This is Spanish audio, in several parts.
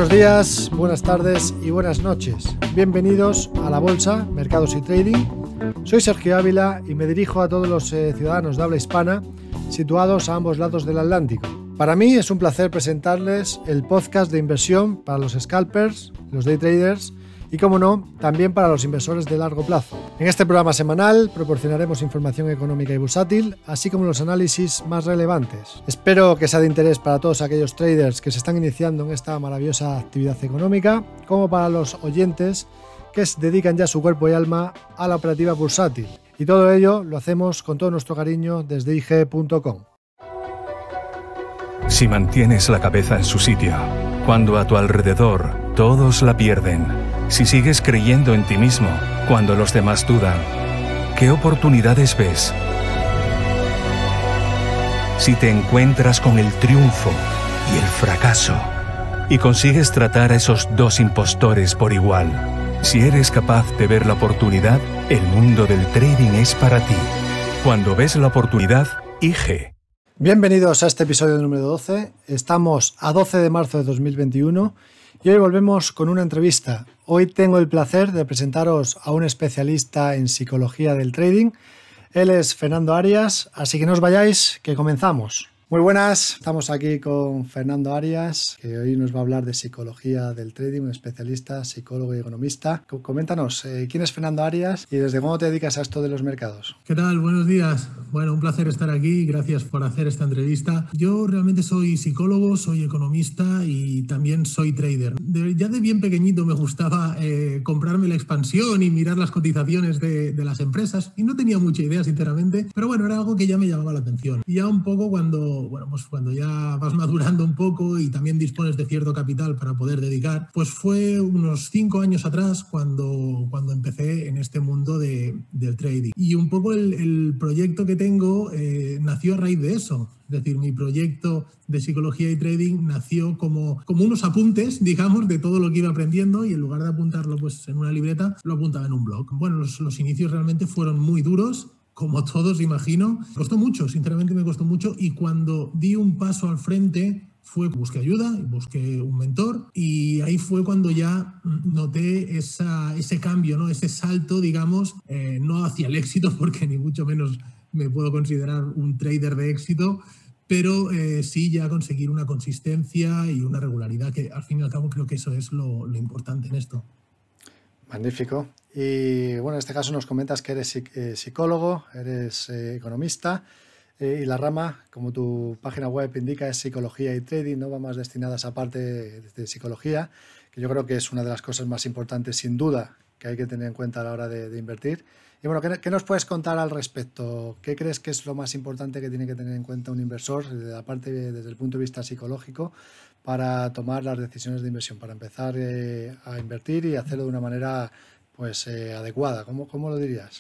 Buenos días, buenas tardes y buenas noches. Bienvenidos a La Bolsa, Mercados y Trading. Soy Sergio Ávila y me dirijo a todos los ciudadanos de habla hispana situados a ambos lados del Atlántico. Para mí es un placer presentarles el podcast de inversión para los scalpers, los day traders y, como no, también para los inversores de largo plazo. En este programa semanal proporcionaremos información económica y bursátil, así como los análisis más relevantes. Espero que sea de interés para todos aquellos traders que se están iniciando en esta maravillosa actividad económica, como para los oyentes que se dedican ya su cuerpo y alma a la operativa bursátil. Y todo ello lo hacemos con todo nuestro cariño desde IG.com. Si mantienes la cabeza en su sitio, cuando a tu alrededor todos la pierden, si sigues creyendo en ti mismo cuando los demás dudan, ¿qué oportunidades ves? Si te encuentras con el triunfo y el fracaso y consigues tratar a esos dos impostores por igual, si eres capaz de ver la oportunidad, el mundo del trading es para ti. Cuando ves la oportunidad, IG. Bienvenidos a este episodio número 12. Estamos a 12 de marzo de 2021 y hoy volvemos con una entrevista. Hoy tengo el placer de presentaros a un especialista en psicología del trading. Él es Fernando Arias, así que no os vayáis, que comenzamos. Muy buenas, estamos aquí con Fernando Arias, que hoy nos va a hablar de psicología del trading, un especialista, psicólogo y economista. Coméntanos, ¿quién es Fernando Arias y desde cuándo te dedicas a esto de los mercados? ¿Qué tal? Buenos días. Bueno, un placer estar aquí. Gracias por hacer esta entrevista. Yo realmente soy psicólogo, soy economista y también soy trader. Ya de bien pequeñito me gustaba comprarme la expansión y mirar las cotizaciones de las empresas y no tenía mucha idea, sinceramente, pero bueno, era algo que ya me llamaba la atención. Y ya un poco cuando ya vas madurando un poco y también dispones de cierto capital para poder dedicar, pues fue unos 5 años atrás cuando empecé en este mundo del trading. Y un poco el proyecto que tengo nació a raíz de eso. Es decir, mi proyecto de psicología y trading nació como unos apuntes, digamos, de todo lo que iba aprendiendo, y en lugar de apuntarlo pues en una libreta, lo apuntaba en un blog. Bueno, los inicios realmente fueron muy duros, como todos, imagino. Me costó mucho, sinceramente me costó mucho, y cuando di un paso al frente busqué ayuda, busqué un mentor, y ahí fue cuando ya noté ese cambio, ¿no? Ese salto, digamos, no hacia el éxito, porque ni mucho menos me puedo considerar un trader de éxito, pero sí ya conseguir una consistencia y una regularidad, que al fin y al cabo creo que eso es lo importante en esto. Magnífico. Y bueno, en este caso nos comentas que eres psicólogo, eres economista, y la rama, como tu página web indica, es psicología y trading, ¿no? Va más destinada a esa parte de psicología, que yo creo que es una de las cosas más importantes, sin duda, que hay que tener en cuenta a la hora de invertir. Y bueno, ¿qué nos puedes contar al respecto? ¿Qué crees que es lo más importante que tiene que tener en cuenta un inversor desde el punto de vista psicológico para tomar las decisiones de inversión, para empezar a invertir y hacerlo de una manera adecuada? ¿Cómo lo dirías?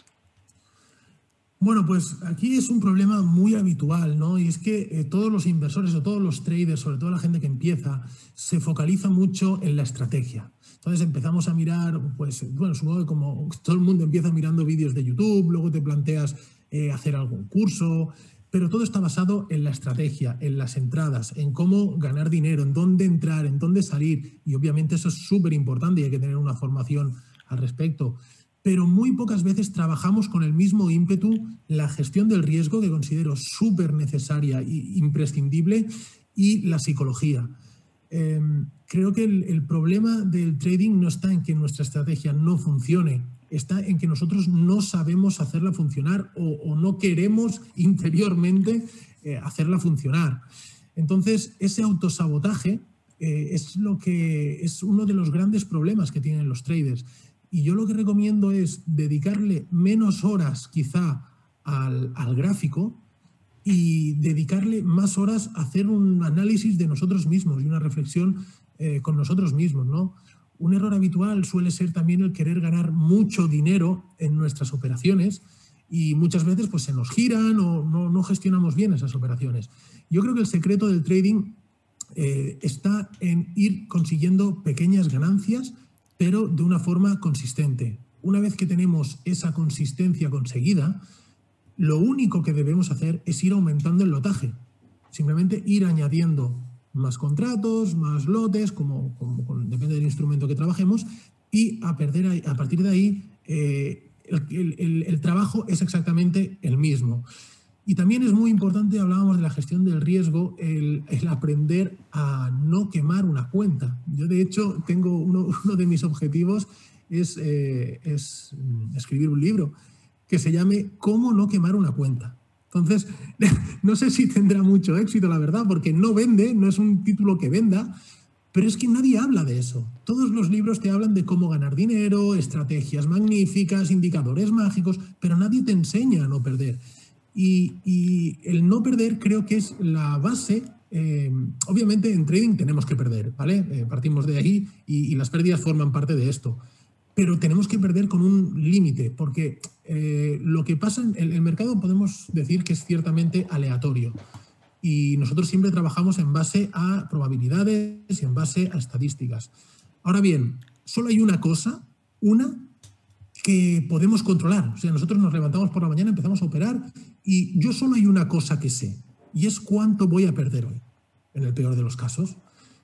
Bueno, pues aquí es un problema muy habitual, ¿no? Y es que todos los inversores o todos los traders, sobre todo la gente que empieza, se focaliza mucho en la estrategia. Entonces empezamos a mirar, pues, bueno, supongo que como todo el mundo empieza mirando vídeos de YouTube, luego te planteas hacer algún curso, pero todo está basado en la estrategia, en las entradas, en cómo ganar dinero, en dónde entrar, en dónde salir. Y obviamente eso es súper importante y hay que tener una formación al respecto. Pero muy pocas veces trabajamos con el mismo ímpetu la gestión del riesgo, que considero súper necesaria e imprescindible, y la psicología. Creo que el problema del trading no está en que nuestra estrategia no funcione, está en que nosotros no sabemos hacerla funcionar o no queremos interiormente hacerla funcionar. Entonces, ese autosabotaje es uno de los grandes problemas que tienen los traders. Y yo lo que recomiendo es dedicarle menos horas quizá al gráfico y dedicarle más horas a hacer un análisis de nosotros mismos y una reflexión con nosotros mismos, ¿no? Un error habitual suele ser también el querer ganar mucho dinero en nuestras operaciones, y muchas veces pues se nos giran o no gestionamos bien esas operaciones. Yo creo que el secreto del trading está en ir consiguiendo pequeñas ganancias, pero de una forma consistente. Una vez que tenemos esa consistencia conseguida, lo único que debemos hacer es ir aumentando el lotaje. Simplemente ir añadiendo más contratos, más lotes, depende del instrumento que trabajemos, y a partir de ahí el trabajo es exactamente el mismo. Y también es muy importante, hablábamos de la gestión del riesgo, el aprender a no quemar una cuenta. Yo, de hecho, tengo uno de mis objetivos es escribir un libro que se llame ¿Cómo no quemar una cuenta? Entonces, no sé si tendrá mucho éxito, la verdad, porque no vende, no es un título que venda, pero es que nadie habla de eso. Todos los libros te hablan de cómo ganar dinero, estrategias magníficas, indicadores mágicos, pero nadie te enseña a no perder. Y el no perder creo que es la base. Obviamente en trading tenemos que perder, ¿vale? Partimos de ahí y las pérdidas forman parte de esto. Pero tenemos que perder con un límite, porque lo que pasa en el mercado podemos decir que es ciertamente aleatorio. Y nosotros siempre trabajamos en base a probabilidades y en base a estadísticas. Ahora bien, solo hay una cosa, que podemos controlar. O sea, nosotros nos levantamos por la mañana, empezamos a operar y yo solo hay una cosa que sé, y es cuánto voy a perder hoy, en el peor de los casos.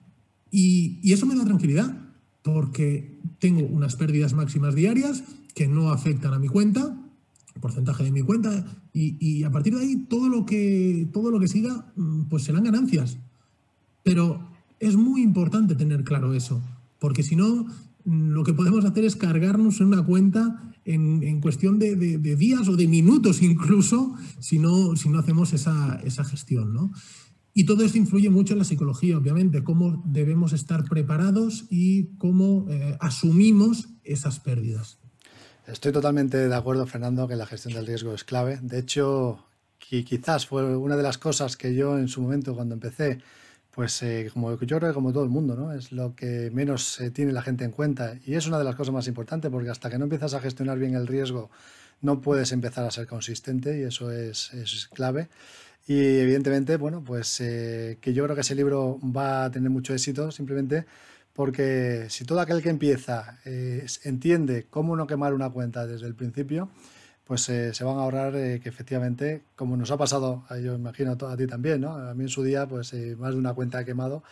Y eso me da tranquilidad, porque tengo unas pérdidas máximas diarias que no afectan a mi cuenta, el porcentaje de mi cuenta, y a partir de ahí todo lo que siga, pues serán ganancias. Pero es muy importante tener claro eso, porque si no, lo que podemos hacer es cargarnos en una cuenta en cuestión de días o de minutos incluso, si no hacemos esa gestión, ¿no? Y todo esto influye mucho en la psicología, obviamente, cómo debemos estar preparados y cómo asumimos esas pérdidas. Estoy totalmente de acuerdo, Fernando, que la gestión del riesgo es clave. De hecho, quizás fue una de las cosas que yo en su momento, cuando empecé, pues como yo creo que como todo el mundo, ¿no? Es lo que menos tiene la gente en cuenta, y es una de las cosas más importantes, porque hasta que no empiezas a gestionar bien el riesgo no puedes empezar a ser consistente, y eso es clave. Y evidentemente, bueno, pues que yo creo que ese libro va a tener mucho éxito, simplemente porque si todo aquel que empieza entiende cómo no quemar una cuenta desde el principio, pues se van a ahorrar que efectivamente, como nos ha pasado, yo imagino a ti también, ¿no? A mí en su día, pues más de una cuenta he quemado,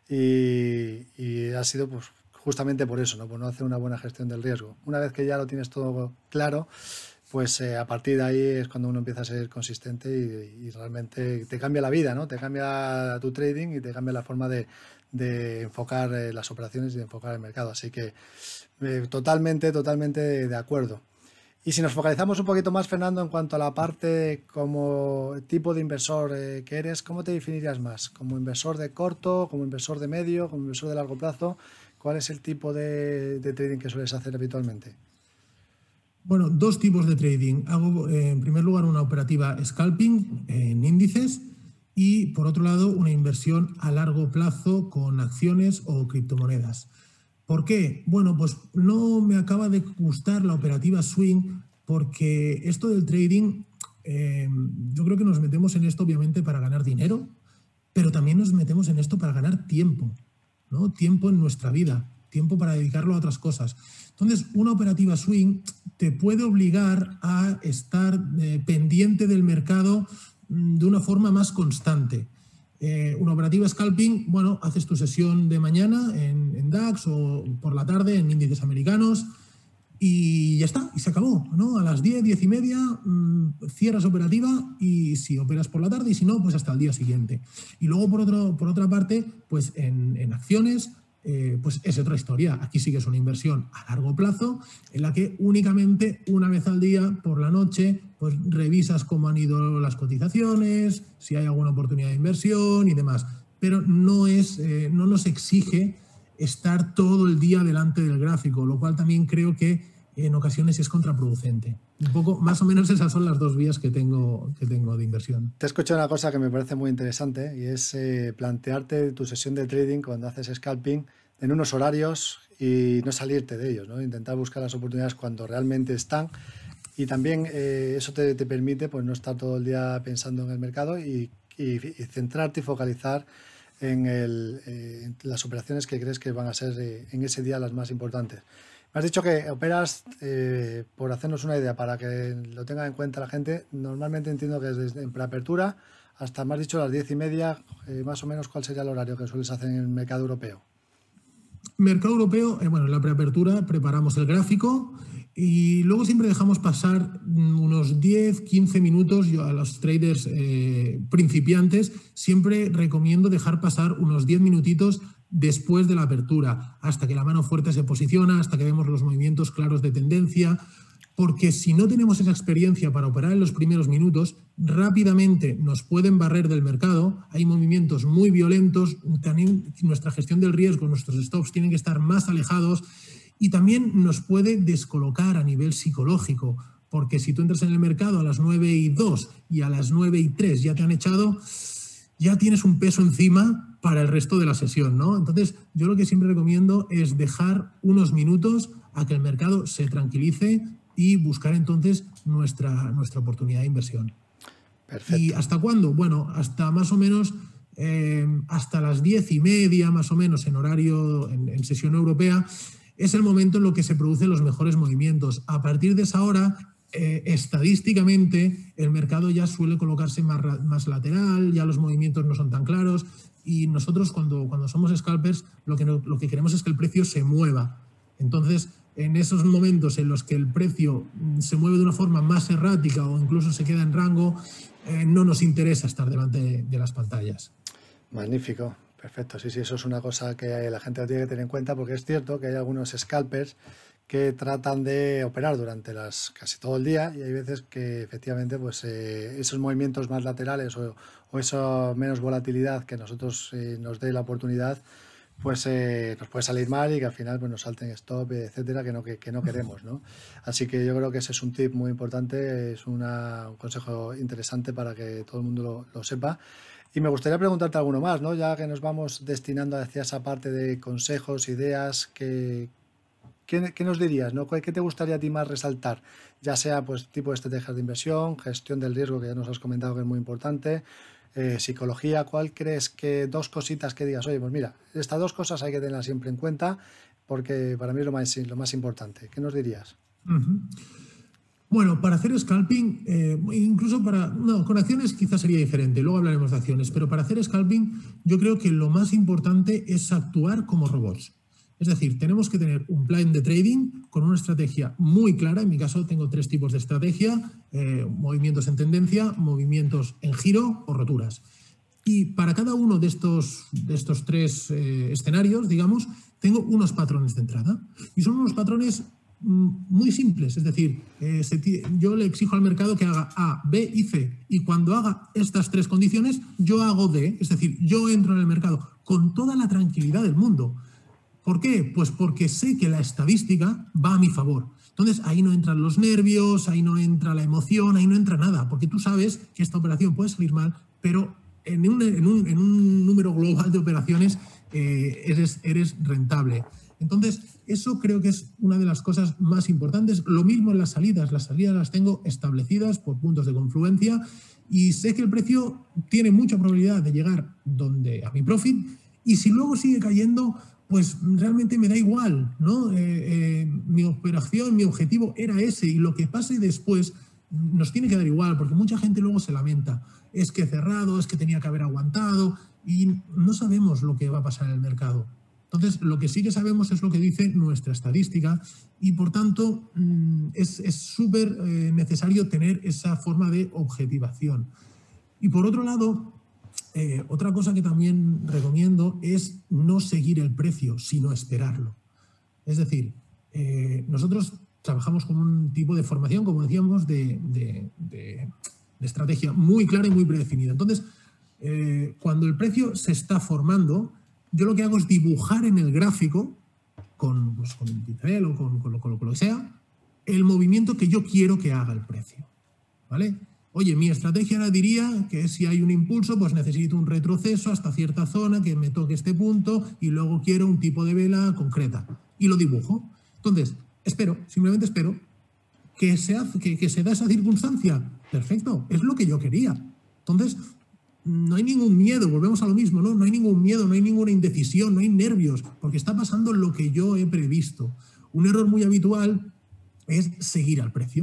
y ha sido pues justamente por eso, ¿no? Por no hacer una buena gestión del riesgo. Una vez que ya lo tienes todo claro, pues a partir de ahí es cuando uno empieza a ser consistente y realmente te cambia la vida, ¿no? Te cambia tu trading y te cambia la forma de enfocar las operaciones y de enfocar el mercado. Así que totalmente de acuerdo. Y si nos focalizamos un poquito más, Fernando, en cuanto a la parte como tipo de inversor que eres, ¿cómo te definirías más? ¿Como inversor de corto, como inversor de medio, como inversor de largo plazo? ¿Cuál es el tipo de trading que sueles hacer habitualmente? Bueno, dos tipos de trading. Hago, en primer lugar, una operativa scalping en índices y, por otro lado, una inversión a largo plazo con acciones o criptomonedas. ¿Por qué? Bueno, pues no me acaba de gustar la operativa swing, porque esto del trading, yo creo que nos metemos en esto obviamente para ganar dinero, pero también nos metemos en esto para ganar tiempo, ¿no? Tiempo en nuestra vida, tiempo para dedicarlo a otras cosas. Entonces, una operativa swing te puede obligar a estar pendiente del mercado de una forma más constante. Una operativa scalping, bueno, haces tu sesión de mañana en DAX o por la tarde en índices americanos y ya está, y se acabó, ¿no? A las 10, 10 y media cierras operativa, y si operas por la tarde, y si no, pues hasta el día siguiente. Y luego, por otra parte, pues en acciones, pues es otra historia. Aquí sí que es una inversión a largo plazo en la que únicamente una vez al día por la noche pues revisas cómo han ido las cotizaciones, si hay alguna oportunidad de inversión y demás, pero no nos exige estar todo el día delante del gráfico, lo cual también creo que en ocasiones es contraproducente. Un poco, más o menos esas son las dos vías que tengo de inversión. Te he escuchado una cosa que me parece muy interesante, y es plantearte tu sesión de trading cuando haces scalping en unos horarios y no salirte de ellos, ¿no? Intentar buscar las oportunidades cuando realmente están, y también eso te permite pues no estar todo el día pensando en el mercado y centrarte y focalizar en las operaciones que crees que van a ser en ese día las más importantes. Me has dicho que operas, por hacernos una idea, para que lo tenga en cuenta la gente, normalmente entiendo que es desde en preapertura hasta, me has dicho, las 10:30, más o menos, ¿cuál sería el horario que sueles hacer en el mercado europeo? Mercado europeo, bueno, en la preapertura preparamos el gráfico y luego siempre dejamos pasar unos 10, 15 minutos. Yo a los traders principiantes siempre recomiendo dejar pasar unos 10 minutitos después de la apertura, hasta que la mano fuerte se posiciona, hasta que vemos los movimientos claros de tendencia, porque si no tenemos esa experiencia para operar en los primeros minutos, rápidamente nos pueden barrer del mercado, hay movimientos muy violentos, también nuestra gestión del riesgo, nuestros stops tienen que estar más alejados y también nos puede descolocar a nivel psicológico, porque si tú entras en el mercado a las 9:02 y a las 9:03 ya te han echado, ya tienes un peso encima para el resto de la sesión, ¿no? Entonces, yo lo que siempre recomiendo es dejar unos minutos a que el mercado se tranquilice y buscar entonces nuestra oportunidad de inversión. Perfecto. ¿Y hasta cuándo? Bueno, hasta más o menos hasta las 10:30 más o menos en horario, en sesión europea, es el momento en lo que se producen los mejores movimientos. A partir de esa hora, estadísticamente, el mercado ya suele colocarse más lateral, ya los movimientos no son tan claros y nosotros cuando somos scalpers lo que queremos es que el precio se mueva. Entonces, en esos momentos en los que el precio se mueve de una forma más errática o incluso se queda en rango, no nos interesa estar delante de las pantallas. Magnífico, perfecto. Sí, eso es una cosa que la gente tiene que tener en cuenta, porque es cierto que hay algunos scalpers que tratan de operar durante casi todo el día y hay veces que efectivamente pues esos movimientos más laterales o esa menos volatilidad que nosotros nos dé la oportunidad, pues nos puede salir mal y que al final pues nos salten stop, etcétera, que no queremos, ¿no? Así que yo creo que ese es un tip muy importante, es un consejo interesante para que todo el mundo lo sepa. Y me gustaría preguntarte alguno más, ¿no? Ya que nos vamos destinando hacia esa parte de consejos, ideas, ¿qué nos dirías, ¿no? ¿Qué te gustaría a ti más resaltar? Ya sea pues tipo de estrategias de inversión, gestión del riesgo, que ya nos has comentado que es muy importante, psicología. ¿Cuál crees que dos cositas que digas, oye, pues mira, estas dos cosas hay que tenerlas siempre en cuenta porque para mí es lo más importante? ¿Qué nos dirías? Bueno, para hacer scalping, incluso con acciones quizás sería diferente, luego hablaremos de acciones, pero para hacer scalping yo creo que lo más importante es actuar como robots. Es decir, tenemos que tener un plan de trading con una estrategia muy clara. En mi caso tengo 3 tipos de estrategia, movimientos en tendencia, movimientos en giro o roturas. Y para cada uno de estos 3 escenarios, digamos, tengo unos patrones de entrada. Y son unos patrones muy simples. Es decir, yo le exijo al mercado que haga A, B y C. Y cuando haga estas 3 condiciones, yo hago D. Es decir, yo entro en el mercado con toda la tranquilidad del mundo. ¿Por qué? Pues porque sé que la estadística va a mi favor. Entonces, ahí no entran los nervios, ahí no entra la emoción, ahí no entra nada, porque tú sabes que esta operación puede salir mal, pero en un número global de operaciones eres rentable. Entonces, eso creo que es una de las cosas más importantes. Lo mismo en las salidas las tengo establecidas por puntos de confluencia y sé que el precio tiene mucha probabilidad de llegar a mi profit, y si luego sigue cayendo, pues realmente me da igual, ¿no? Mi operación, mi objetivo era ese, y lo que pase después nos tiene que dar igual, porque mucha gente luego se lamenta. Es que he cerrado, es que tenía que haber aguantado, y no sabemos lo que va a pasar en el mercado. Entonces, lo que sí que sabemos es lo que dice nuestra estadística y, por tanto, es súper necesario tener esa forma de objetivación. Y, por otro lado, otra cosa que también recomiendo es no seguir el precio, sino esperarlo. Es decir, nosotros trabajamos con un tipo de formación, como decíamos, de estrategia muy clara y muy predefinida. Entonces, cuando el precio se está formando, yo lo que hago es dibujar en el gráfico, con un pincel o con lo que sea, el movimiento que yo quiero que haga el precio, ¿vale? Oye, mi estrategia ahora diría que si hay un impulso, pues necesito un retroceso hasta cierta zona, que me toque este punto, y luego quiero un tipo de vela concreta. Y lo dibujo. Entonces, simplemente espero que se da esa circunstancia. Perfecto, es lo que yo quería. Entonces, no hay ningún miedo, volvemos a lo mismo, ¿no? No hay ningún miedo, no hay ninguna indecisión, no hay nervios, porque está pasando lo que yo he previsto. Un error muy habitual es seguir al precio.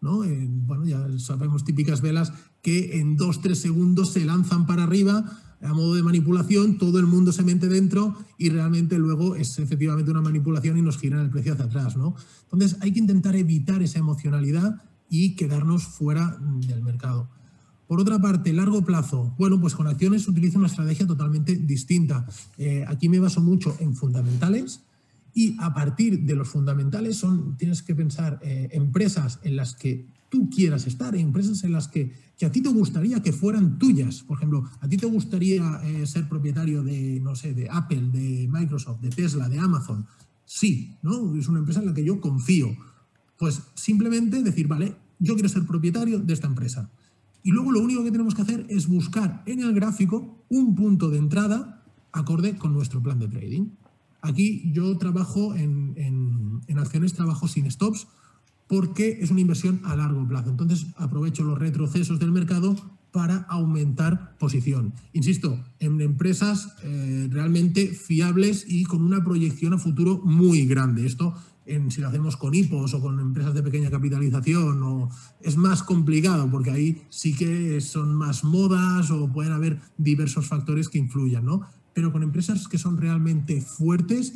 ¿no? Bueno, ya sabemos típicas velas que en 2-3 segundos se lanzan para arriba a modo de manipulación, todo el mundo se mete dentro y realmente luego es efectivamente una manipulación y nos giran el precio hacia atrás, ¿no? Entonces hay que intentar evitar esa emocionalidad y quedarnos fuera del mercado. Por otra parte, largo plazo. Bueno, pues con acciones utilizo una estrategia totalmente distinta. Aquí me baso mucho en fundamentales y a partir de los fundamentales tienes que pensar empresas en las que tú quieras estar, empresas en las que a ti te gustaría que fueran tuyas. Por ejemplo, a ti te gustaría ser propietario de, no sé, de Apple, de Microsoft, de Tesla, de Amazon. Sí, ¿no? Es una empresa en la que yo confío. Pues simplemente decir, vale, yo quiero ser propietario de esta empresa. Y luego lo único que tenemos que hacer es buscar en el gráfico un punto de entrada acorde con nuestro plan de trading. Aquí yo trabajo en acciones, trabajo sin stops porque es una inversión a largo plazo. Entonces aprovecho los retrocesos del mercado para aumentar posición. Insisto, en empresas realmente fiables y con una proyección a futuro muy grande. Esto si lo hacemos con IPOs o con empresas de pequeña capitalización, es más complicado porque ahí sí que son más modas o pueden haber diversos factores que influyan, ¿no? Pero con empresas que son realmente fuertes,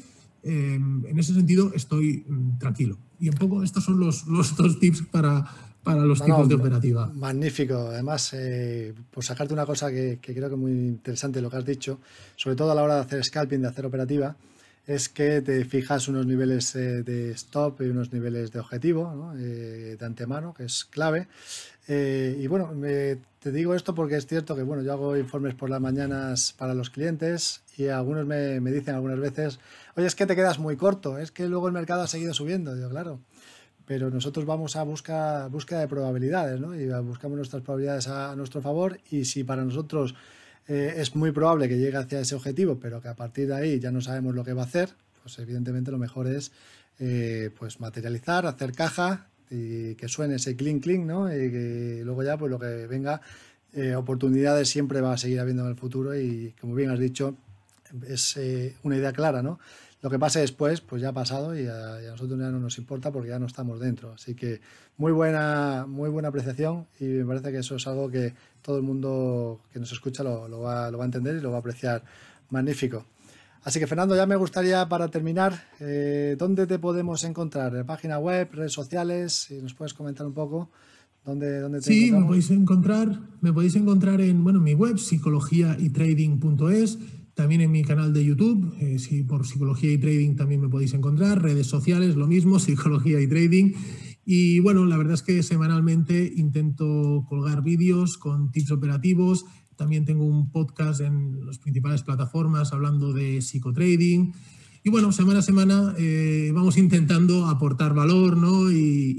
en ese sentido estoy tranquilo. Y un poco estos son los 2 tips para los tipos de operativa. Magnífico. Además, por sacarte una cosa que creo que es muy interesante lo que has dicho, sobre todo a la hora de hacer scalping, de hacer operativa, es que te fijas unos niveles de stop y unos niveles de objetivo, ¿no? De antemano, que es clave. Y bueno, te digo esto porque es cierto que bueno, yo hago informes por las mañanas para los clientes y algunos me dicen algunas veces, oye, es que te quedas muy corto, es que luego el mercado ha seguido subiendo. Digo, claro, pero nosotros vamos a búsqueda de probabilidades, ¿no? Y buscamos nuestras probabilidades a nuestro favor y si para nosotros es muy probable que llegue hacia ese objetivo, pero que a partir de ahí ya no sabemos lo que va a hacer, pues evidentemente lo mejor es pues materializar, hacer caja y que suene ese clink clink, ¿no? Y que luego ya pues lo que venga, oportunidades siempre va a seguir habiendo en el futuro y como bien has dicho, es una idea clara, ¿no? Lo que pase después, pues ya ha pasado y a nosotros ya no nos importa porque ya no estamos dentro. Así que muy buena apreciación y me parece que eso es algo que todo el mundo que nos escucha lo va a entender y lo va a apreciar. Magnífico. Así que Fernando, ya me gustaría para terminar, ¿dónde te podemos encontrar? ¿En página web, redes sociales? Si nos puedes comentar un poco. ¿Dónde te sí, encontramos? me podéis encontrar en mi web, psicologiaytrading.es. También en mi canal de YouTube, por Psicología y Trading también me podéis encontrar. Redes sociales, lo mismo, Psicología y Trading. Y bueno, la verdad es que semanalmente intento colgar vídeos con tips operativos. También tengo un podcast en las principales plataformas hablando de psicotrading. Y bueno, semana a semana vamos intentando aportar valor, ¿no?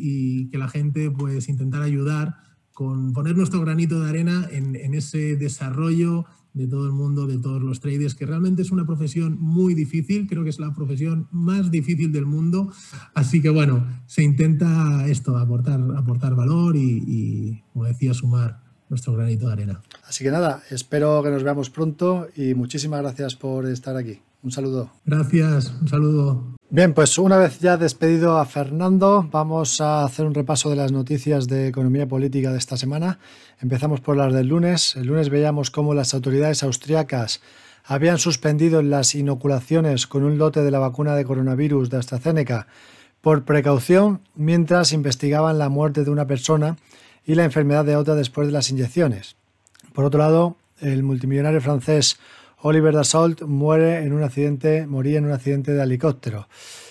Y que la gente pues intentar ayudar con poner nuestro granito de arena en ese desarrollo de todo el mundo, de todos los traders, que realmente es una profesión muy difícil, creo que es la profesión más difícil del mundo, así que bueno, se intenta esto, aportar valor y, como decía, sumar nuestro granito de arena. Así que nada, espero que nos veamos pronto y muchísimas gracias por estar aquí. Un saludo. Gracias, un saludo. Bien, pues una vez ya despedido a Fernando, vamos a hacer un repaso de las noticias de economía política de esta semana. Empezamos por las del lunes. El lunes veíamos cómo las autoridades austriacas habían suspendido las inoculaciones con un lote de la vacuna de coronavirus de AstraZeneca por precaución, mientras investigaban la muerte de una persona y la enfermedad de otra después de las inyecciones. Por otro lado, el multimillonario francés Oliver Dassault moría en un accidente de helicóptero.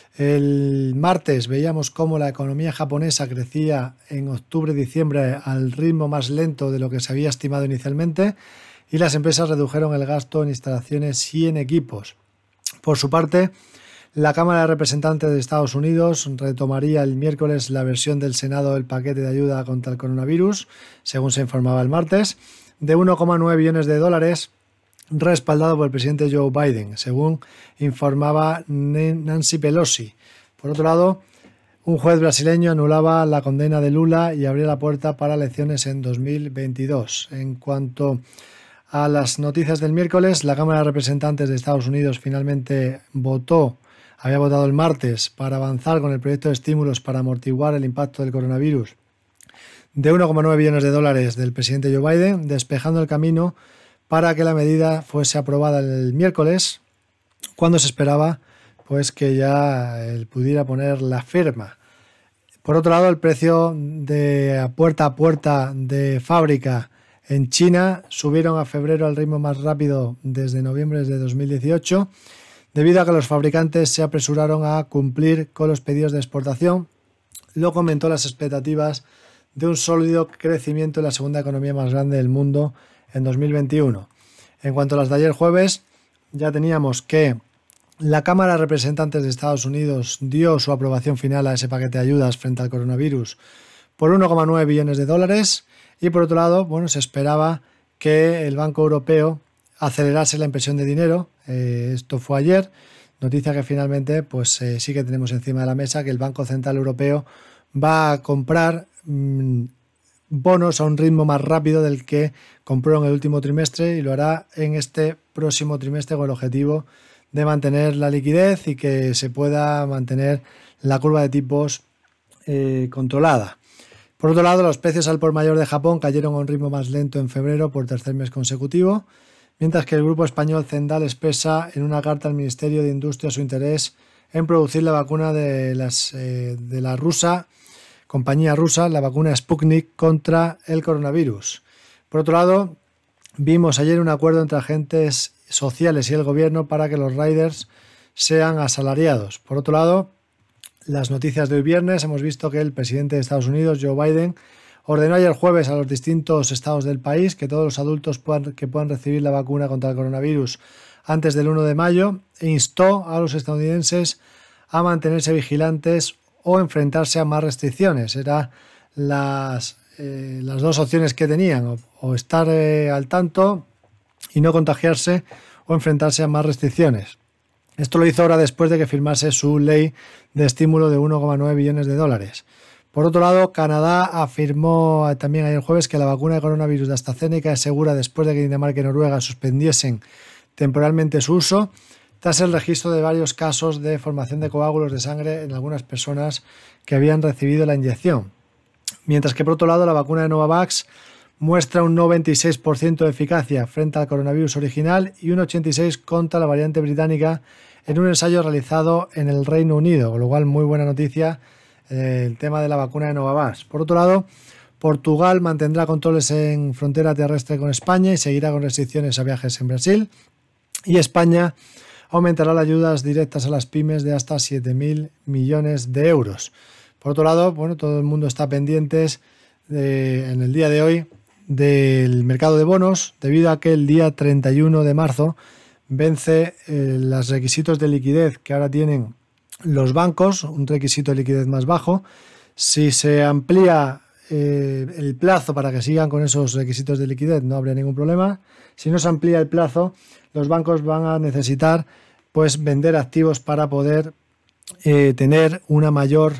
El martes veíamos cómo la economía japonesa crecía en octubre-diciembre al ritmo más lento de lo que se había estimado inicialmente y las empresas redujeron el gasto en instalaciones y en equipos. Por su parte, la Cámara de Representantes de Estados Unidos retomaría el miércoles la versión del Senado del paquete de ayuda contra el coronavirus, según se informaba el martes, de 1,9 billones de dólares, respaldado por el presidente Joe Biden, según informaba Nancy Pelosi. Por otro lado, un juez brasileño anulaba la condena de Lula y abría la puerta para elecciones en 2022. En cuanto a las noticias del miércoles, la Cámara de Representantes de Estados Unidos finalmente había votado el martes para avanzar con el proyecto de estímulos para amortiguar el impacto del coronavirus de 1,9 billones de dólares del presidente Joe Biden, despejando el camino para que la medida fuese aprobada el miércoles, cuando se esperaba pues que ya él pudiera poner la firma. Por otro lado, el precio de puerta a puerta de fábrica en China subieron a febrero al ritmo más rápido desde noviembre de 2018, debido a que los fabricantes se apresuraron a cumplir con los pedidos de exportación, lo que aumentó las expectativas de un sólido crecimiento en la segunda economía más grande del mundo en 2021. En cuanto a las de ayer jueves, ya teníamos que la Cámara de Representantes de Estados Unidos dio su aprobación final a ese paquete de ayudas frente al coronavirus por 1,9 billones de dólares y por otro lado, se esperaba que el Banco Europeo acelerase la impresión de dinero. Esto fue ayer, noticia que finalmente sí que tenemos encima de la mesa, que el Banco Central Europeo va a comprar bonos a un ritmo más rápido del que compró en el último trimestre y lo hará en este próximo trimestre con el objetivo de mantener la liquidez y que se pueda mantener la curva de tipos controlada. Por otro lado, los precios al por mayor de Japón cayeron a un ritmo más lento en febrero por tercer mes consecutivo, mientras que el grupo español Zendal expresa en una carta al Ministerio de Industria su interés en producir la vacuna de la compañía rusa, la vacuna Sputnik contra el coronavirus. Por otro lado, vimos ayer un acuerdo entre agentes sociales y el gobierno para que los riders sean asalariados. Por otro lado, las noticias de hoy viernes, hemos visto que el presidente de Estados Unidos, Joe Biden, ordenó ayer jueves a los distintos estados del país que todos los adultos que puedan recibir la vacuna contra el coronavirus antes del 1 de mayo e instó a los estadounidenses a mantenerse vigilantes o enfrentarse a más restricciones. Eran las dos opciones que tenían, o estar al tanto y no contagiarse o enfrentarse a más restricciones. Esto lo hizo ahora después de que firmase su ley de estímulo de 1,9 billones de dólares. Por otro lado, Canadá afirmó también ayer jueves que la vacuna de coronavirus de AstraZeneca es segura después de que Dinamarca y Noruega suspendiesen temporalmente su uso, tras el registro de varios casos de formación de coágulos de sangre en algunas personas que habían recibido la inyección. Mientras que por otro lado, la vacuna de Novavax muestra un 96% de eficacia frente al coronavirus original y un 86% contra la variante británica en un ensayo realizado en el Reino Unido, con lo cual muy buena noticia el tema de la vacuna de Novavax. Por otro lado, Portugal mantendrá controles en frontera terrestre con España y seguirá con restricciones a viajes en Brasil, y España aumentará las ayudas directas a las pymes de hasta 7.000 millones de euros. Por otro lado, todo el mundo está pendientes en el día de hoy del mercado de bonos, debido a que el día 31 de marzo vence los requisitos de liquidez que ahora tienen los bancos, un requisito de liquidez más bajo. Si se amplía el plazo para que sigan con esos requisitos de liquidez, no habría ningún problema. Si no se amplía el plazo, los bancos van a necesitar vender activos para poder tener unos mayores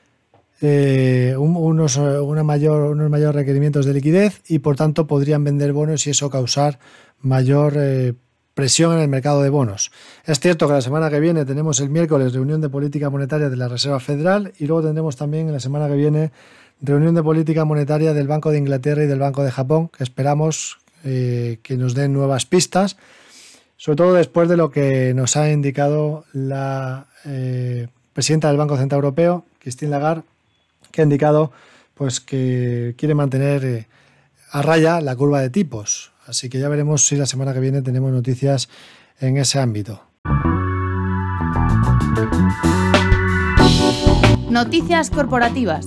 requerimientos de liquidez y por tanto podrían vender bonos y eso causar mayor presión en el mercado de bonos. Es cierto que la semana que viene tenemos el miércoles reunión de política monetaria de la Reserva Federal y luego tendremos también la semana que viene reunión de política monetaria del Banco de Inglaterra y del Banco de Japón, que esperamos que nos den nuevas pistas, sobre todo después de lo que nos ha indicado la presidenta del Banco Central Europeo, Christine Lagarde, que ha indicado que quiere mantener a raya la curva de tipos. Así que ya veremos si la semana que viene tenemos noticias en ese ámbito. Noticias corporativas.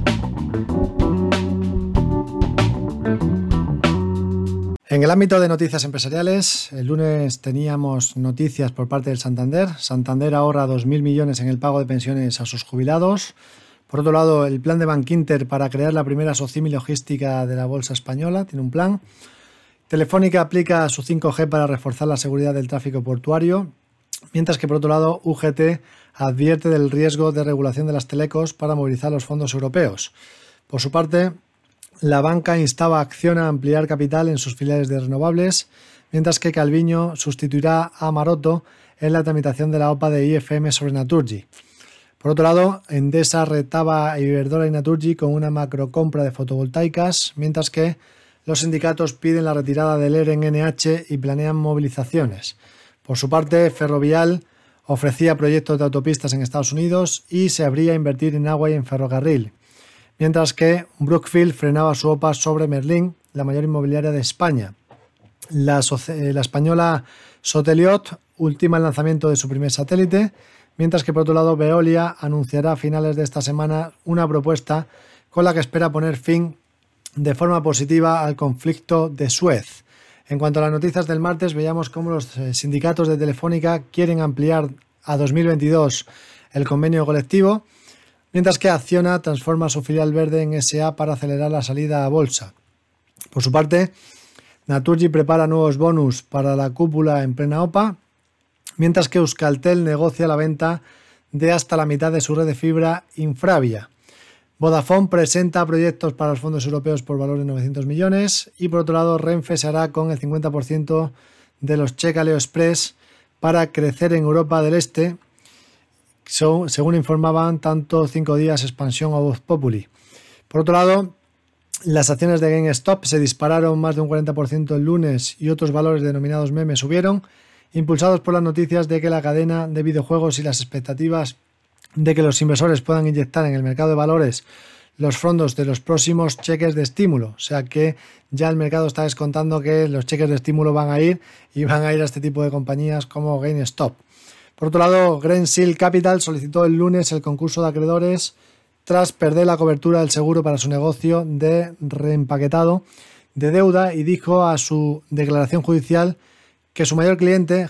En el ámbito de noticias empresariales, el lunes teníamos noticias por parte del Santander. Santander ahorra 2.000 millones en el pago de pensiones a sus jubilados. Por otro lado, el plan de Bankinter para crear la primera SOCIMI logística de la bolsa española tiene un plan. Telefónica aplica su 5G para reforzar la seguridad del tráfico portuario, mientras que por otro lado UGT advierte del riesgo de regulación de las telecos para movilizar los fondos europeos. Por su parte, la banca instaba a Acciona a ampliar capital en sus filiales de renovables, mientras que Calviño sustituirá a Maroto en la tramitación de la OPA de IFM sobre Naturgy. Por otro lado, Endesa retaba a Iberdrola y Naturgy con una macrocompra de fotovoltaicas, mientras que los sindicatos piden la retirada del ERE en NH y planean movilizaciones. Por su parte, Ferrovial ofrecía proyectos de autopistas en Estados Unidos y se abría a invertir en agua y en ferrocarril, mientras que Brookfield frenaba su OPA sobre Merlin, la mayor inmobiliaria de España. La española Soteliot ultima el lanzamiento de su primer satélite, mientras que por otro lado Veolia anunciará a finales de esta semana una propuesta con la que espera poner fin de forma positiva al conflicto de Suez. En cuanto a las noticias del martes, veíamos cómo los sindicatos de Telefónica quieren ampliar a 2022 el convenio colectivo, mientras que Acciona transforma su filial verde en SA para acelerar la salida a bolsa. Por su parte, Naturgy prepara nuevos bonus para la cúpula en plena OPA, mientras que Euskaltel negocia la venta de hasta la mitad de su red de fibra Infravia. Vodafone presenta proyectos para los fondos europeos por valor de 900 millones y por otro lado Renfe se hará con el 50% de los Checaleo Express para crecer en Europa del Este, según informaban tanto 5 días Expansión o Voz Populi. Por otro lado, las acciones de GameStop se dispararon más de un 40% el lunes y otros valores denominados memes subieron, impulsados por las noticias de que la cadena de videojuegos y las expectativas de que los inversores puedan inyectar en el mercado de valores los fondos de los próximos cheques de estímulo. O sea que ya el mercado está descontando que los cheques de estímulo van a ir a este tipo de compañías como GameStop. Por otro lado, Greensill Capital solicitó el lunes el concurso de acreedores tras perder la cobertura del seguro para su negocio de reempaquetado de deuda y dijo a su declaración judicial que su mayor cliente,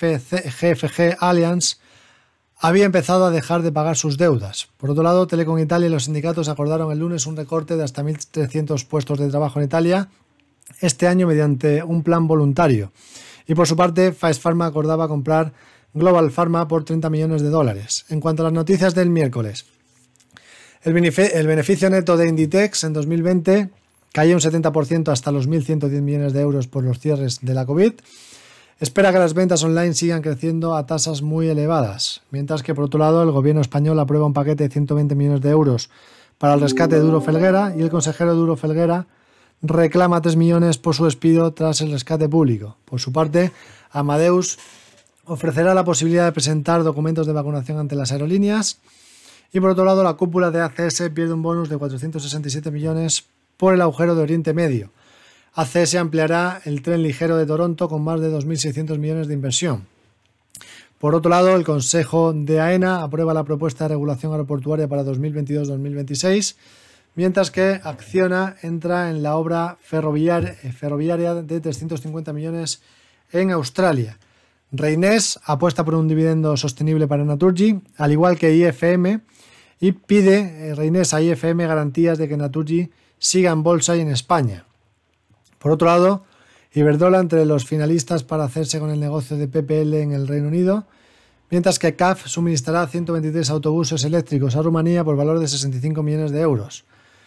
GFG Allianz, había empezado a dejar de pagar sus deudas. Por otro lado, Telecom Italia y los sindicatos acordaron el lunes un recorte de hasta 1.300 puestos de trabajo en Italia este año mediante un plan voluntario. Y por su parte, Faes Pharma acordaba comprar Global Pharma por $30 millones. En cuanto a las noticias del miércoles, el beneficio neto de Inditex en 2020 cayó un 70% hasta los 1.110 millones de euros por los cierres de la COVID. Espera que las ventas online sigan creciendo a tasas muy elevadas, mientras que por otro lado el gobierno español aprueba un paquete de 120 millones de euros para el rescate de Duro Felguera y el consejero de Duro Felguera reclama 3 millones por su despido tras el rescate público. Por su parte, Amadeus ofrecerá la posibilidad de presentar documentos de vacunación ante las aerolíneas y por otro lado la cúpula de ACS pierde un bonus de 467 millones por el agujero de Oriente Medio. ACS ampliará el tren ligero de Toronto con más de 2.600 millones de inversión. Por otro lado, el Consejo de AENA aprueba la propuesta de regulación aeroportuaria para 2022-2026, mientras que Acciona entra en la obra ferroviaria de 350 millones en Australia. Reynés apuesta por un dividendo sostenible para Naturgy, al igual que IFM, y pide Reynés a IFM garantías de que Naturgy siga en bolsa y en España. Por otro lado, Iberdrola entre los finalistas para hacerse con el negocio de PPL en el Reino Unido, mientras que CAF suministrará 123 autobuses eléctricos a Rumanía por valor de 65 millones de euros.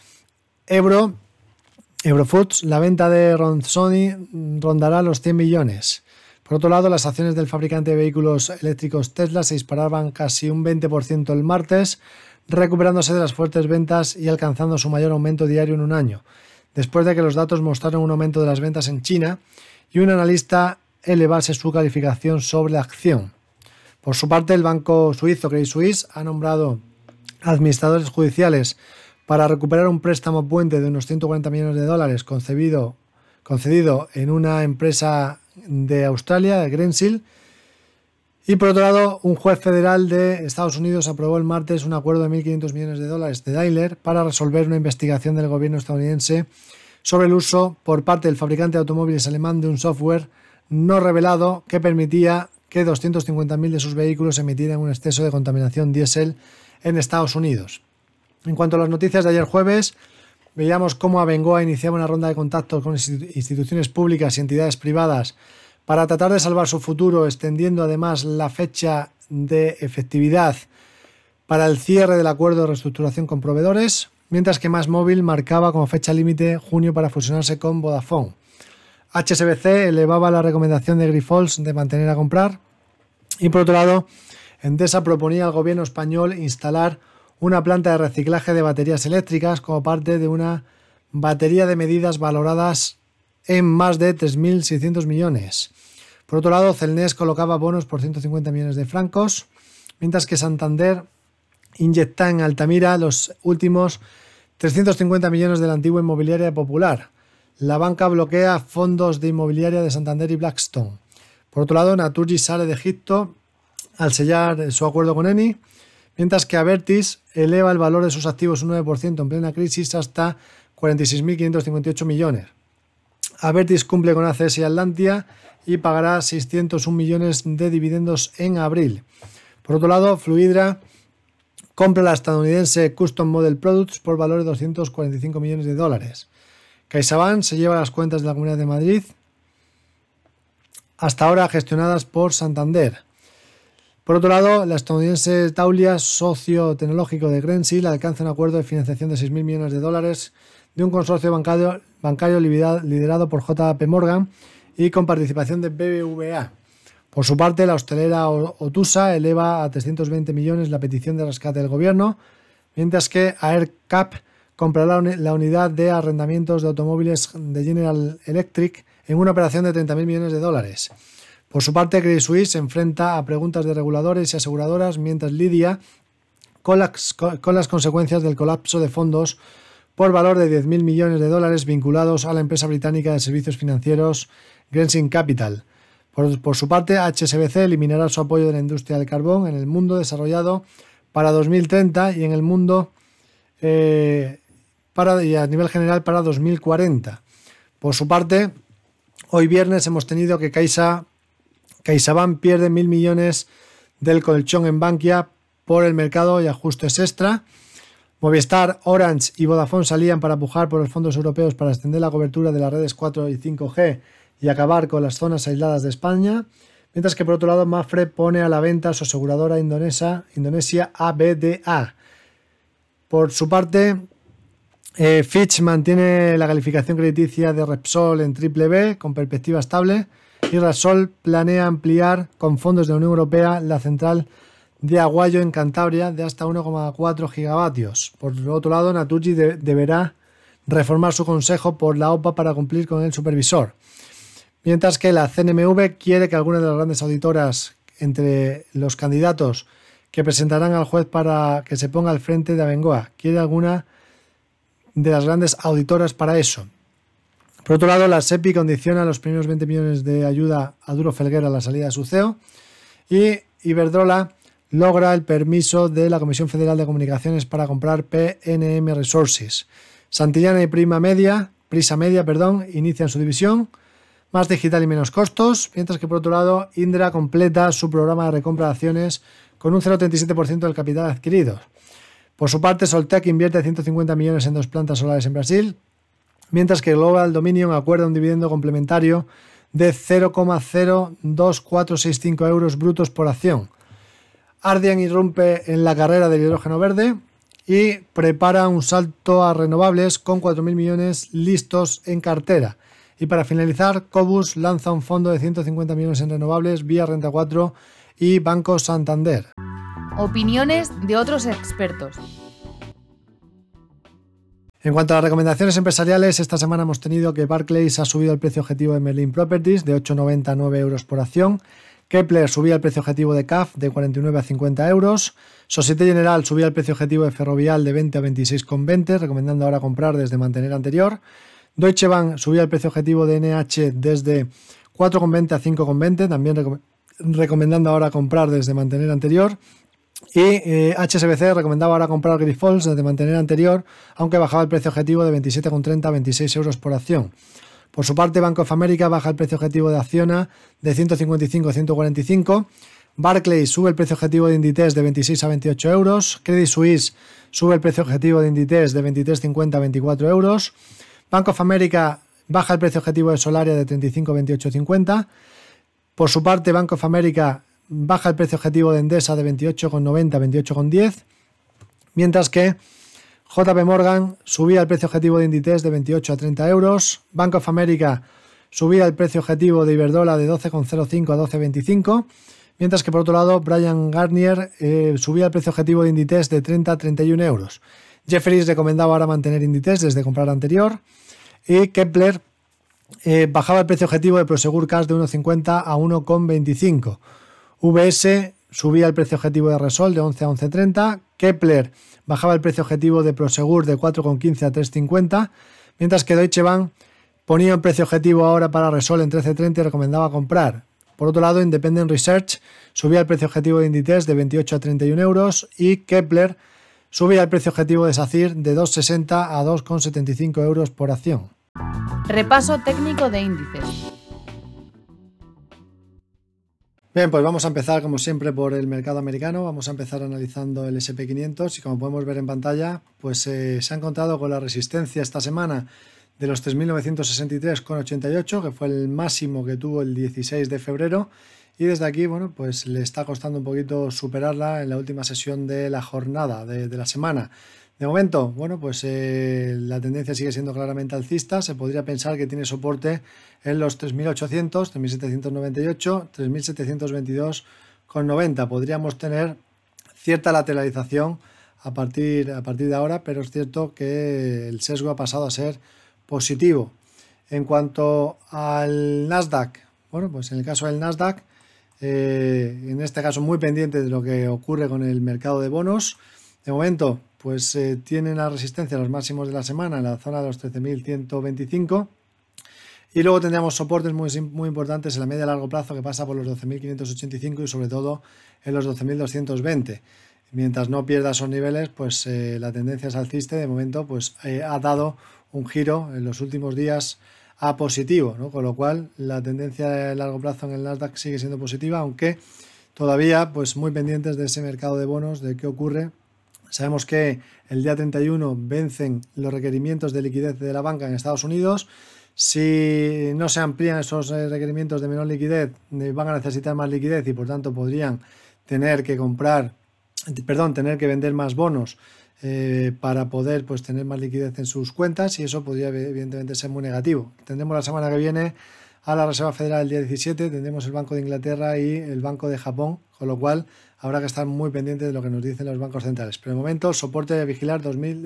Eurofoods, la venta de Ronsoni rondará los 100 millones. Por otro lado, las acciones del fabricante de vehículos eléctricos Tesla se disparaban casi un 20% el martes, recuperándose de las fuertes ventas y alcanzando su mayor aumento diario en un año, después de que los datos mostraron un aumento de las ventas en China y un analista elevase su calificación sobre la acción. Por su parte, el banco suizo Credit Suisse ha nombrado administradores judiciales para recuperar un préstamo puente de unos 140 millones de dólares concedido en una empresa de Australia, Greensill. Y por otro lado, un juez federal de Estados Unidos aprobó el martes un acuerdo de 1.500 millones de dólares de Daimler para resolver una investigación del gobierno estadounidense sobre el uso por parte del fabricante de automóviles alemán de un software no revelado que permitía que 250.000 de sus vehículos emitieran un exceso de contaminación diésel en Estados Unidos. En cuanto a las noticias de ayer jueves, veíamos cómo Abengoa iniciaba una ronda de contactos con instituciones públicas y entidades privadas para tratar de salvar su futuro, extendiendo además la fecha de efectividad para el cierre del acuerdo de reestructuración con proveedores, mientras que MásMóvil marcaba como fecha límite junio para fusionarse con Vodafone. HSBC elevaba la recomendación de Grifols de mantener a comprar y por otro lado Endesa proponía al gobierno español instalar una planta de reciclaje de baterías eléctricas como parte de una batería de medidas valoradas en más de 3.600 millones. Por otro lado, Celnes colocaba bonos por 150 millones de francos, mientras que Santander inyecta en Altamira los últimos 350 millones de la antigua inmobiliaria popular. La banca bloquea fondos de inmobiliaria de Santander y Blackstone. Por otro lado, Naturgy sale de Egipto al sellar su acuerdo con Eni, mientras que Abertis eleva el valor de sus activos un 9% en plena crisis hasta 46.558 millones. Abertis cumple con ACS y Atlantia y pagará 601 millones de dividendos en abril. Por otro lado, Fluidra compra la estadounidense Custom Model Products por valor de 245 millones de dólares. CaixaBank se lleva las cuentas de la Comunidad de Madrid, hasta ahora gestionadas por Santander. Por otro lado, la estadounidense Taulia, socio tecnológico de Greensill, alcanza un acuerdo de financiación de 6.000 millones de dólares de un consorcio bancario liderado por JP Morgan y con participación de BBVA. Por su parte, la hostelera Otusa eleva a 320 millones la petición de rescate del gobierno, mientras que AerCap comprará la unidad de arrendamientos de automóviles de General Electric en una operación de 30.000 millones de dólares. Por su parte, Credit Suisse se enfrenta a preguntas de reguladores y aseguradoras mientras lidia con las consecuencias del colapso de fondos por valor de 10.000 millones de dólares vinculados a la empresa británica de servicios financieros Greensill Capital. Por su parte, HSBC eliminará su apoyo de la industria del carbón en el mundo desarrollado para 2030 y en el mundo y a nivel general para 2040. Por su parte, hoy viernes hemos tenido que CaixaBank pierde 1.000 millones del colchón en Bankia por el mercado y ajustes extra. Movistar, Orange y Vodafone salían para pujar por los fondos europeos para extender la cobertura de las redes 4 y 5G y acabar con las zonas aisladas de España, mientras que por otro lado Mapfre pone a la venta su aseguradora Indonesia ABDA. Por su parte, Fitch mantiene la calificación crediticia de Repsol en BBB con perspectiva estable y Repsol planea ampliar con fondos de la Unión Europea la central de Aguayo en Cantabria de hasta 1,4 gigavatios. Por otro lado, Naturgy deberá reformar su consejo por la OPA para cumplir con el supervisor. Mientras que la CNMV quiere que algunas de las grandes auditoras entre los candidatos que presentarán al juez para que se ponga al frente de Abengoa, quiere alguna de las grandes auditoras para eso. Por otro lado, la SEPI condiciona los primeros 20 millones de ayuda a Duro Felguera a la salida de su CEO y Iberdrola logra el permiso de la Comisión Federal de Comunicaciones para comprar PNM Resources. Santillana y Prisa Media, inician su división, más digital y menos costos, mientras que por otro lado Indra completa su programa de recompra de acciones con un 0,37% del capital adquirido. Por su parte, Soltec invierte 150 millones en 2 plantas solares en Brasil, mientras que Global Dominion acuerda un dividendo complementario de 0,02465 euros brutos por acción. Ardian irrumpe en la carrera del hidrógeno verde y prepara un salto a renovables con 4.000 millones listos en cartera. Y para finalizar, Cobus lanza un fondo de 150 millones en renovables vía Renta 4 y Banco Santander. Opiniones de otros expertos. En cuanto a las recomendaciones empresariales, esta semana hemos tenido que Barclays ha subido el precio objetivo de Merlin Properties de 8,90 a 9 euros por acción. Kepler subía el precio objetivo de CAF de 49 a 50 euros. Societe General subía el precio objetivo de Ferrovial de 20 a 26,20, recomendando ahora comprar desde mantener anterior. Deutsche Bank subía el precio objetivo de NH desde 4,20 a 5,20, también recomendando ahora comprar desde mantener anterior. Y HSBC recomendaba ahora comprar Grifols desde mantener anterior, aunque bajaba el precio objetivo de 27,30 a 26 euros por acción. Por su parte, Bank of America baja el precio objetivo de Acciona de 155 a 145. Barclays sube el precio objetivo de Inditex de 26 a 28 euros. Credit Suisse sube el precio objetivo de Inditex de 23,50 a 24 euros. Bank of America baja el precio objetivo de Solaria de 35 a 28,50. Por su parte, Bank of America baja el precio objetivo de Endesa de 28,90 a 28,10. Mientras que JP Morgan subía el precio objetivo de Inditex de 28 a 30 euros. Bank of America subía el precio objetivo de Iberdrola de 12,05 a 12,25. Mientras que por otro lado Bryan Garnier subía el precio objetivo de Inditex de 30 a 31 euros. Jefferies recomendaba ahora mantener Inditex desde comprar anterior. Y Kepler bajaba el precio objetivo de Prosegur Cash de 1,50 a 1,25. VS subía el precio objetivo de Repsol de 11 a 11,30. Kepler bajaba el precio objetivo de Prosegur de 4,15 a 3,50. Mientras que Deutsche Bank ponía un precio objetivo ahora para Repsol en 13,30 y recomendaba comprar. Por otro lado, Independent Research subía el precio objetivo de Inditex de 28 a 31 euros y Kepler subía el precio objetivo de SACIR de 2,60 a 2,75 euros por acción. Repaso técnico de índices. Bien, pues vamos a empezar como siempre por el mercado americano. Vamos a empezar analizando el S&P 500 y como podemos ver en pantalla, pues se ha encontrado con la resistencia esta semana de los 3.963,88, que fue el máximo que tuvo el 16 de febrero. Y desde aquí, bueno, pues le está costando un poquito superarla en la última sesión de la jornada, de la semana. De momento, bueno, pues la tendencia sigue siendo claramente alcista. Se podría pensar que tiene soporte en los 3.800, 3.798, 3.722,90. Podríamos tener cierta lateralización a partir de ahora, pero es cierto que el sesgo ha pasado a ser positivo. En cuanto al Nasdaq, bueno, pues en el caso del Nasdaq, en este caso muy pendiente de lo que ocurre con el mercado de bonos. De momento, pues tienen la resistencia a los máximos de la semana en la zona de los 13.125 y luego tendríamos soportes muy importantes en la media a largo plazo que pasa por los 12.585 y sobre todo en los 12.220. Mientras no pierda esos niveles, pues la tendencia es alcista. De momento, pues ha dado un giro en los últimos días a positivo, ¿no? Con lo cual la tendencia de largo plazo en el Nasdaq sigue siendo positiva, aunque todavía pues muy pendientes de ese mercado de bonos, de qué ocurre. Sabemos que el día 31 vencen los requerimientos de liquidez de la banca en Estados Unidos. Si no se amplían esos requerimientos de menor liquidez, van a necesitar más liquidez y por tanto podrían tener que vender más bonos para poder pues tener más liquidez en sus cuentas y eso podría evidentemente ser muy negativo. Tendremos la semana que viene a la Reserva Federal el día 17, tendremos el Banco de Inglaterra y el Banco de Japón, con lo cual habrá que estar muy pendiente de lo que nos dicen los bancos centrales. Pero de momento, soporte de vigilar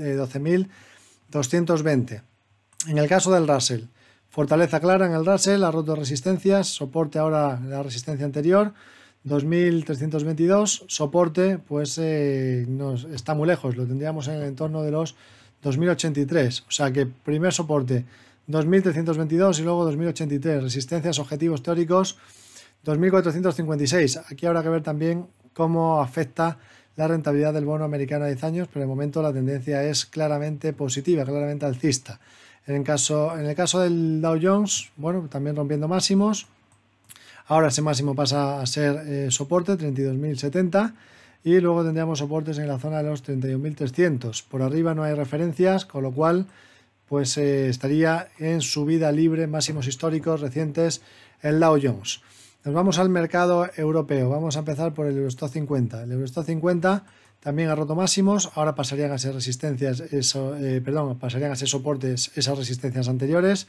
12.220. En el caso del Russell, fortaleza clara en el Russell, ha roto resistencias, soporte ahora la resistencia anterior, 2.322, soporte pues está muy lejos, lo tendríamos en el entorno de los 2.083, o sea que primer soporte 2.322 y luego 2.083, resistencias, objetivos teóricos 2.456. Aquí habrá que ver también cómo afecta la rentabilidad del bono americano a 10 años, pero de momento la tendencia es claramente positiva, claramente alcista. En el caso del Dow Jones, bueno, también rompiendo máximos. Ahora ese máximo pasa a ser soporte, 32.070, y luego tendríamos soportes en la zona de los 31.300. Por arriba no hay referencias, con lo cual pues estaría en subida libre, máximos históricos recientes el Dow Jones. Nos vamos al mercado europeo, vamos a empezar por el Eurostoxx 50. El Eurostoxx 50 también ha roto máximos, ahora pasarían a ser resistencias, pasarían a ser soportes esas resistencias anteriores.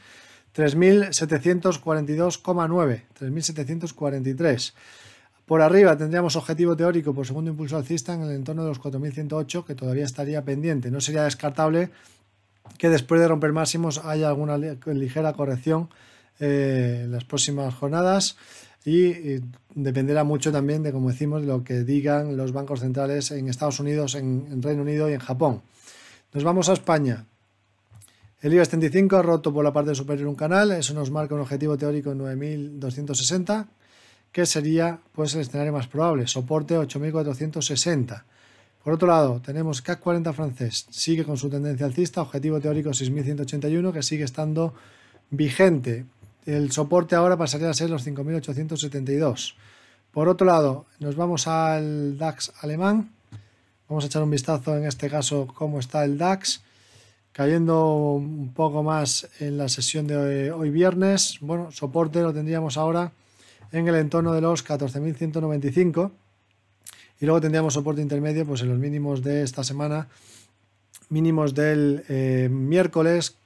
3.742,9, 3.743. Por arriba tendríamos objetivo teórico por segundo impulso alcista en el entorno de los 4.108, que todavía estaría pendiente. No sería descartable que después de romper máximos haya alguna ligera corrección en las próximas jornadas y dependerá mucho también de, como decimos, de lo que digan los bancos centrales en Estados Unidos, en Reino Unido y en Japón. Nos vamos a España. El IBEX 35 ha roto por la parte superior un canal, eso nos marca un objetivo teórico en 9.260, que sería pues el escenario más probable, soporte 8.460. Por otro lado, tenemos CAC 40 francés, sigue con su tendencia alcista, objetivo teórico 6.181, que sigue estando vigente. El soporte ahora pasaría a ser los 5.872. Por otro lado, nos vamos al DAX alemán, vamos a echar un vistazo en este caso cómo está el DAX, cayendo un poco más en la sesión de hoy viernes. Bueno, soporte lo tendríamos ahora en el entorno de los 14.195 y luego tendríamos soporte intermedio pues en los mínimos de esta semana, mínimos del miércoles,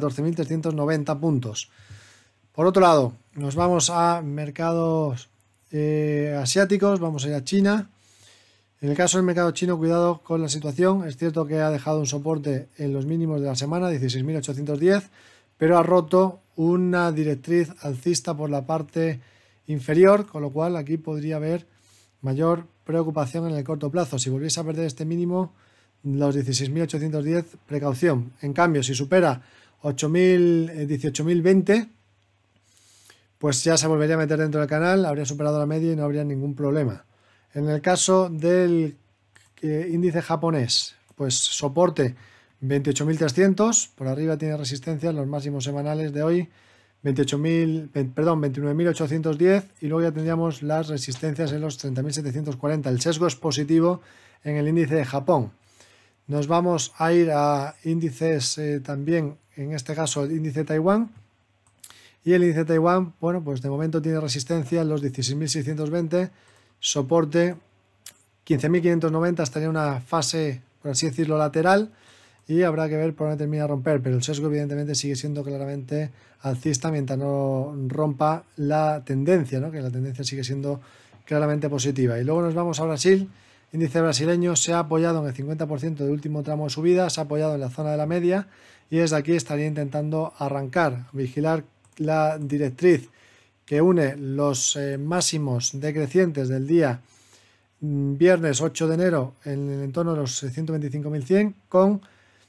14.390 puntos. Por otro lado, nos vamos a mercados asiáticos, vamos a ir a China. En el caso del mercado chino, cuidado con la situación. Es cierto que ha dejado un soporte en los mínimos de la semana, 16.810, pero ha roto una directriz alcista por la parte inferior, con lo cual aquí podría haber mayor preocupación en el corto plazo. Si volviese a perder este mínimo, los 16.810, precaución. En cambio, si supera 18.020, pues ya se volvería a meter dentro del canal, habría superado la media y no habría ningún problema. En el caso del índice japonés, pues soporte 28.300, por arriba tiene resistencia en los máximos semanales de hoy, 29.810, y luego ya tendríamos las resistencias en los 30.740. El sesgo es positivo en el índice de Japón. Nos vamos a ir a índices también, en este caso el índice de Taiwán. Y el índice de Taiwán, bueno, pues de momento tiene resistencia en los 16.620, soporte 15.590, estaría una fase, por así decirlo, lateral, y habrá que ver por dónde termina de romper, pero el sesgo evidentemente sigue siendo claramente alcista mientras no rompa la tendencia, ¿no? Que la tendencia sigue siendo claramente positiva. Y luego nos vamos a Brasil. Índice brasileño se ha apoyado en el 50% del último tramo de subida, se ha apoyado en la zona de la media, y desde aquí estaría intentando arrancar, vigilar la directriz que une los máximos decrecientes del día viernes 8 de enero en el entorno de los 125.100 con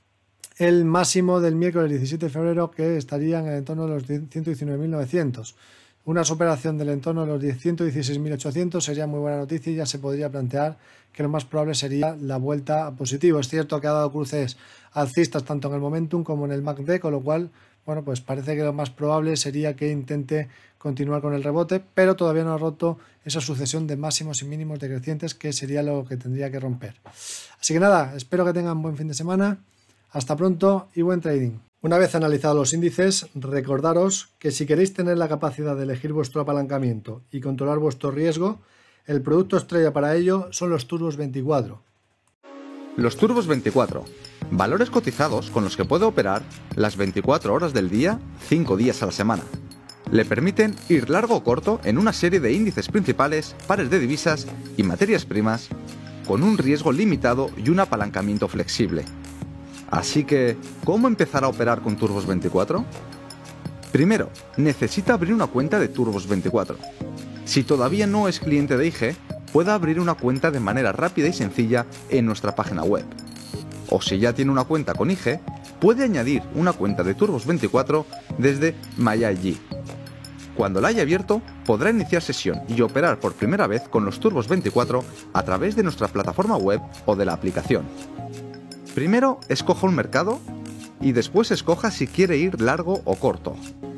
el máximo del miércoles 17 de febrero, que estaría en el entorno de los 119.900. Una superación del entorno de los 116.800 sería muy buena noticia y ya se podría plantear que lo más probable sería la vuelta a positivo. Es cierto que ha dado cruces alcistas tanto en el Momentum como en el MACD, con lo cual, bueno, pues parece que lo más probable sería que intente continuar con el rebote, pero todavía no ha roto esa sucesión de máximos y mínimos decrecientes, que sería lo que tendría que romper. Así que nada, espero que tengan buen fin de semana. Hasta pronto y buen trading. Una vez analizados los índices, recordaros que si queréis tener la capacidad de elegir vuestro apalancamiento y controlar vuestro riesgo, el producto estrella para ello son los Turbos 24. Los Turbos 24, valores cotizados con los que puede operar las 24 horas del día, 5 días a la semana. Le permiten ir largo o corto en una serie de índices principales, pares de divisas y materias primas, con un riesgo limitado y un apalancamiento flexible. Así que, ¿cómo empezar a operar con Turbos 24? Primero, necesita abrir una cuenta de Turbos 24. Si todavía no es cliente de IG, puede abrir una cuenta de manera rápida y sencilla en nuestra página web. O si ya tiene una cuenta con IG, puede añadir una cuenta de Turbos 24 desde MyIG. Cuando la haya abierto, podrá iniciar sesión y operar por primera vez con los Turbos 24 a través de nuestra plataforma web o de la aplicación. Primero, escoja un mercado y después escoja si quiere ir largo o corto.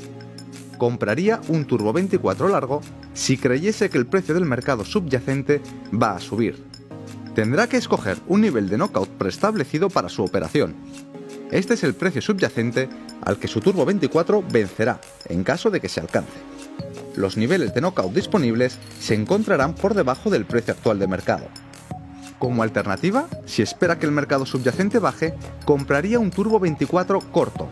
Compraría un Turbo 24 largo si creyese que el precio del mercado subyacente va a subir. Tendrá que escoger un nivel de knockout preestablecido para su operación. Este es el precio subyacente al que su Turbo 24 vencerá en caso de que se alcance. Los niveles de knockout disponibles se encontrarán por debajo del precio actual de mercado. Como alternativa, si espera que el mercado subyacente baje, compraría un Turbo 24 corto.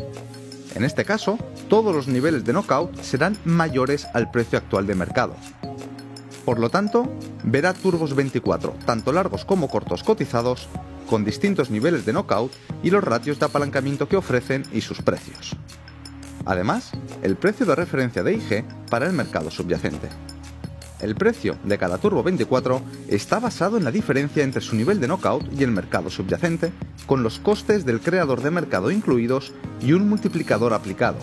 En este caso, todos los niveles de knockout serán mayores al precio actual de mercado. Por lo tanto, verá Turbos 24, tanto largos como cortos cotizados, con distintos niveles de knockout y los ratios de apalancamiento que ofrecen y sus precios. Además, el precio de referencia de IG para el mercado subyacente. El precio de cada Turbo 24 está basado en la diferencia entre su nivel de knockout y el mercado subyacente, con los costes del creador de mercado incluidos y un multiplicador aplicado.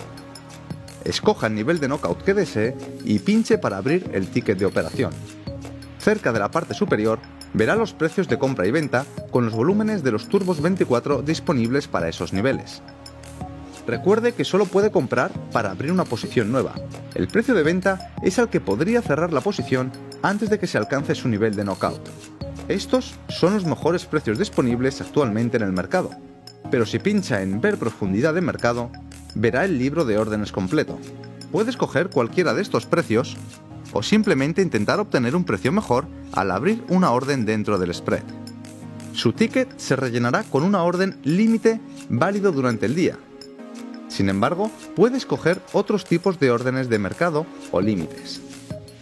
Escoja el nivel de knockout que desee y pinche para abrir el ticket de operación. Cerca de la parte superior verá los precios de compra y venta con los volúmenes de los Turbos 24 disponibles para esos niveles. Recuerde que solo puede comprar para abrir una posición nueva. El precio de venta es al que podría cerrar la posición antes de que se alcance su nivel de knockout. Estos son los mejores precios disponibles actualmente en el mercado, pero si pincha en Ver profundidad de mercado, verá el libro de órdenes completo. Puede escoger cualquiera de estos precios o simplemente intentar obtener un precio mejor al abrir una orden dentro del spread. Su ticket se rellenará con una orden límite válido durante el día. Sin embargo, puede escoger otros tipos de órdenes de mercado o límites.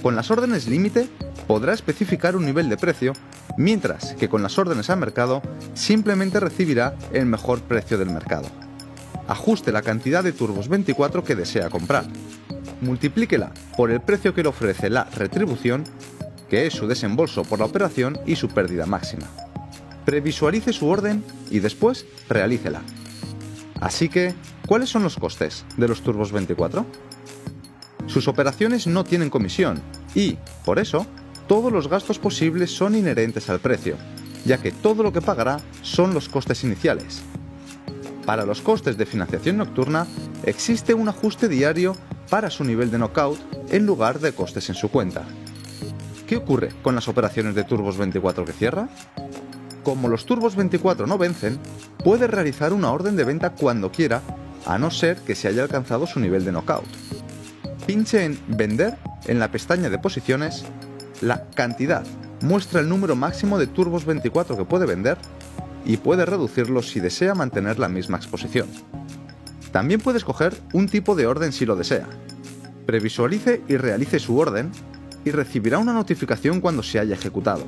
Con las órdenes límite podrá especificar un nivel de precio, mientras que con las órdenes a mercado simplemente recibirá el mejor precio del mercado. Ajuste la cantidad de turbos 24 que desea comprar. Multiplíquela por el precio que le ofrece la retribución, que es su desembolso por la operación y su pérdida máxima. Previsualice su orden y después realícela. Así que, ¿cuáles son los costes de los turbos 24? Sus operaciones no tienen comisión y, por eso, todos los gastos posibles son inherentes al precio, ya que todo lo que pagará son los costes iniciales. Para los costes de financiación nocturna, existe un ajuste diario para su nivel de knockout en lugar de costes en su cuenta. ¿Qué ocurre con las operaciones de turbos 24 que cierra? Como los turbos 24 no vencen, puede realizar una orden de venta cuando quiera, a no ser que se haya alcanzado su nivel de knockout. Pinche en Vender en la pestaña de posiciones. La cantidad muestra el número máximo de turbos 24 que puede vender y puede reducirlo si desea mantener la misma exposición. También puede escoger un tipo de orden si lo desea. Previsualice y realice su orden y recibirá una notificación cuando se haya ejecutado.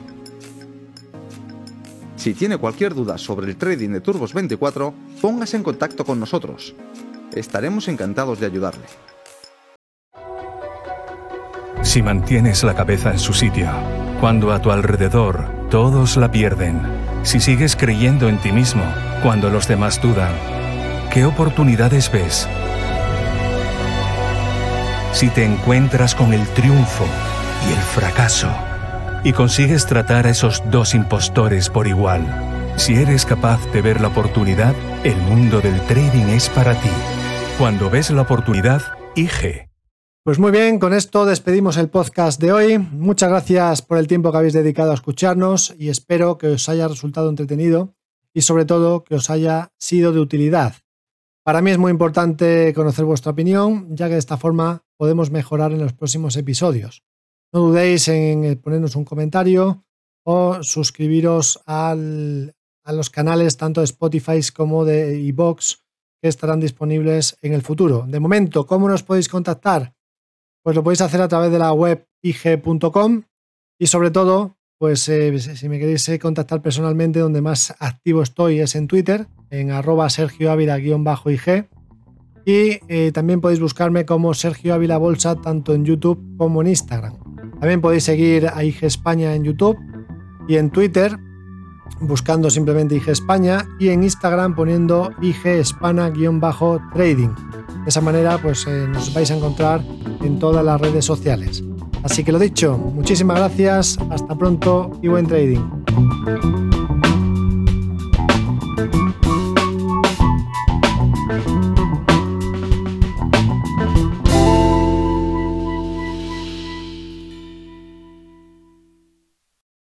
Si tiene cualquier duda sobre el trading de turbos 24, póngase en contacto con nosotros. Estaremos encantados de ayudarle. Si mantienes la cabeza en su sitio, cuando a tu alrededor todos la pierden, si sigues creyendo en ti mismo cuando los demás dudan, ¿qué oportunidades ves? Si te encuentras con el triunfo y el fracaso, y consigues tratar a esos dos impostores por igual, si eres capaz de ver la oportunidad, el mundo del trading es para ti. Cuando ves la oportunidad, IG. Pues muy bien, con esto despedimos el podcast de hoy. Muchas gracias por el tiempo que habéis dedicado a escucharnos y espero que os haya resultado entretenido y sobre todo que os haya sido de utilidad. Para mí es muy importante conocer vuestra opinión, ya que de esta forma podemos mejorar en los próximos episodios. No dudéis en ponernos un comentario o suscribiros a los canales tanto de Spotify como de iVoox que estarán disponibles en el futuro. De momento, ¿cómo nos podéis contactar? Pues lo podéis hacer a través de la web ig.com y sobre todo, pues si me queréis contactar personalmente, donde más activo estoy es en Twitter, en @sergioavila_ig y también podéis buscarme como Sergio Ávila Bolsa tanto en YouTube como en Instagram. También podéis seguir a IG España en YouTube y en Twitter buscando simplemente IG España y en Instagram poniendo IG Hispana_trading. De esa manera pues nos vais a encontrar en todas las redes sociales. Así que lo dicho, muchísimas gracias, hasta pronto y buen trading.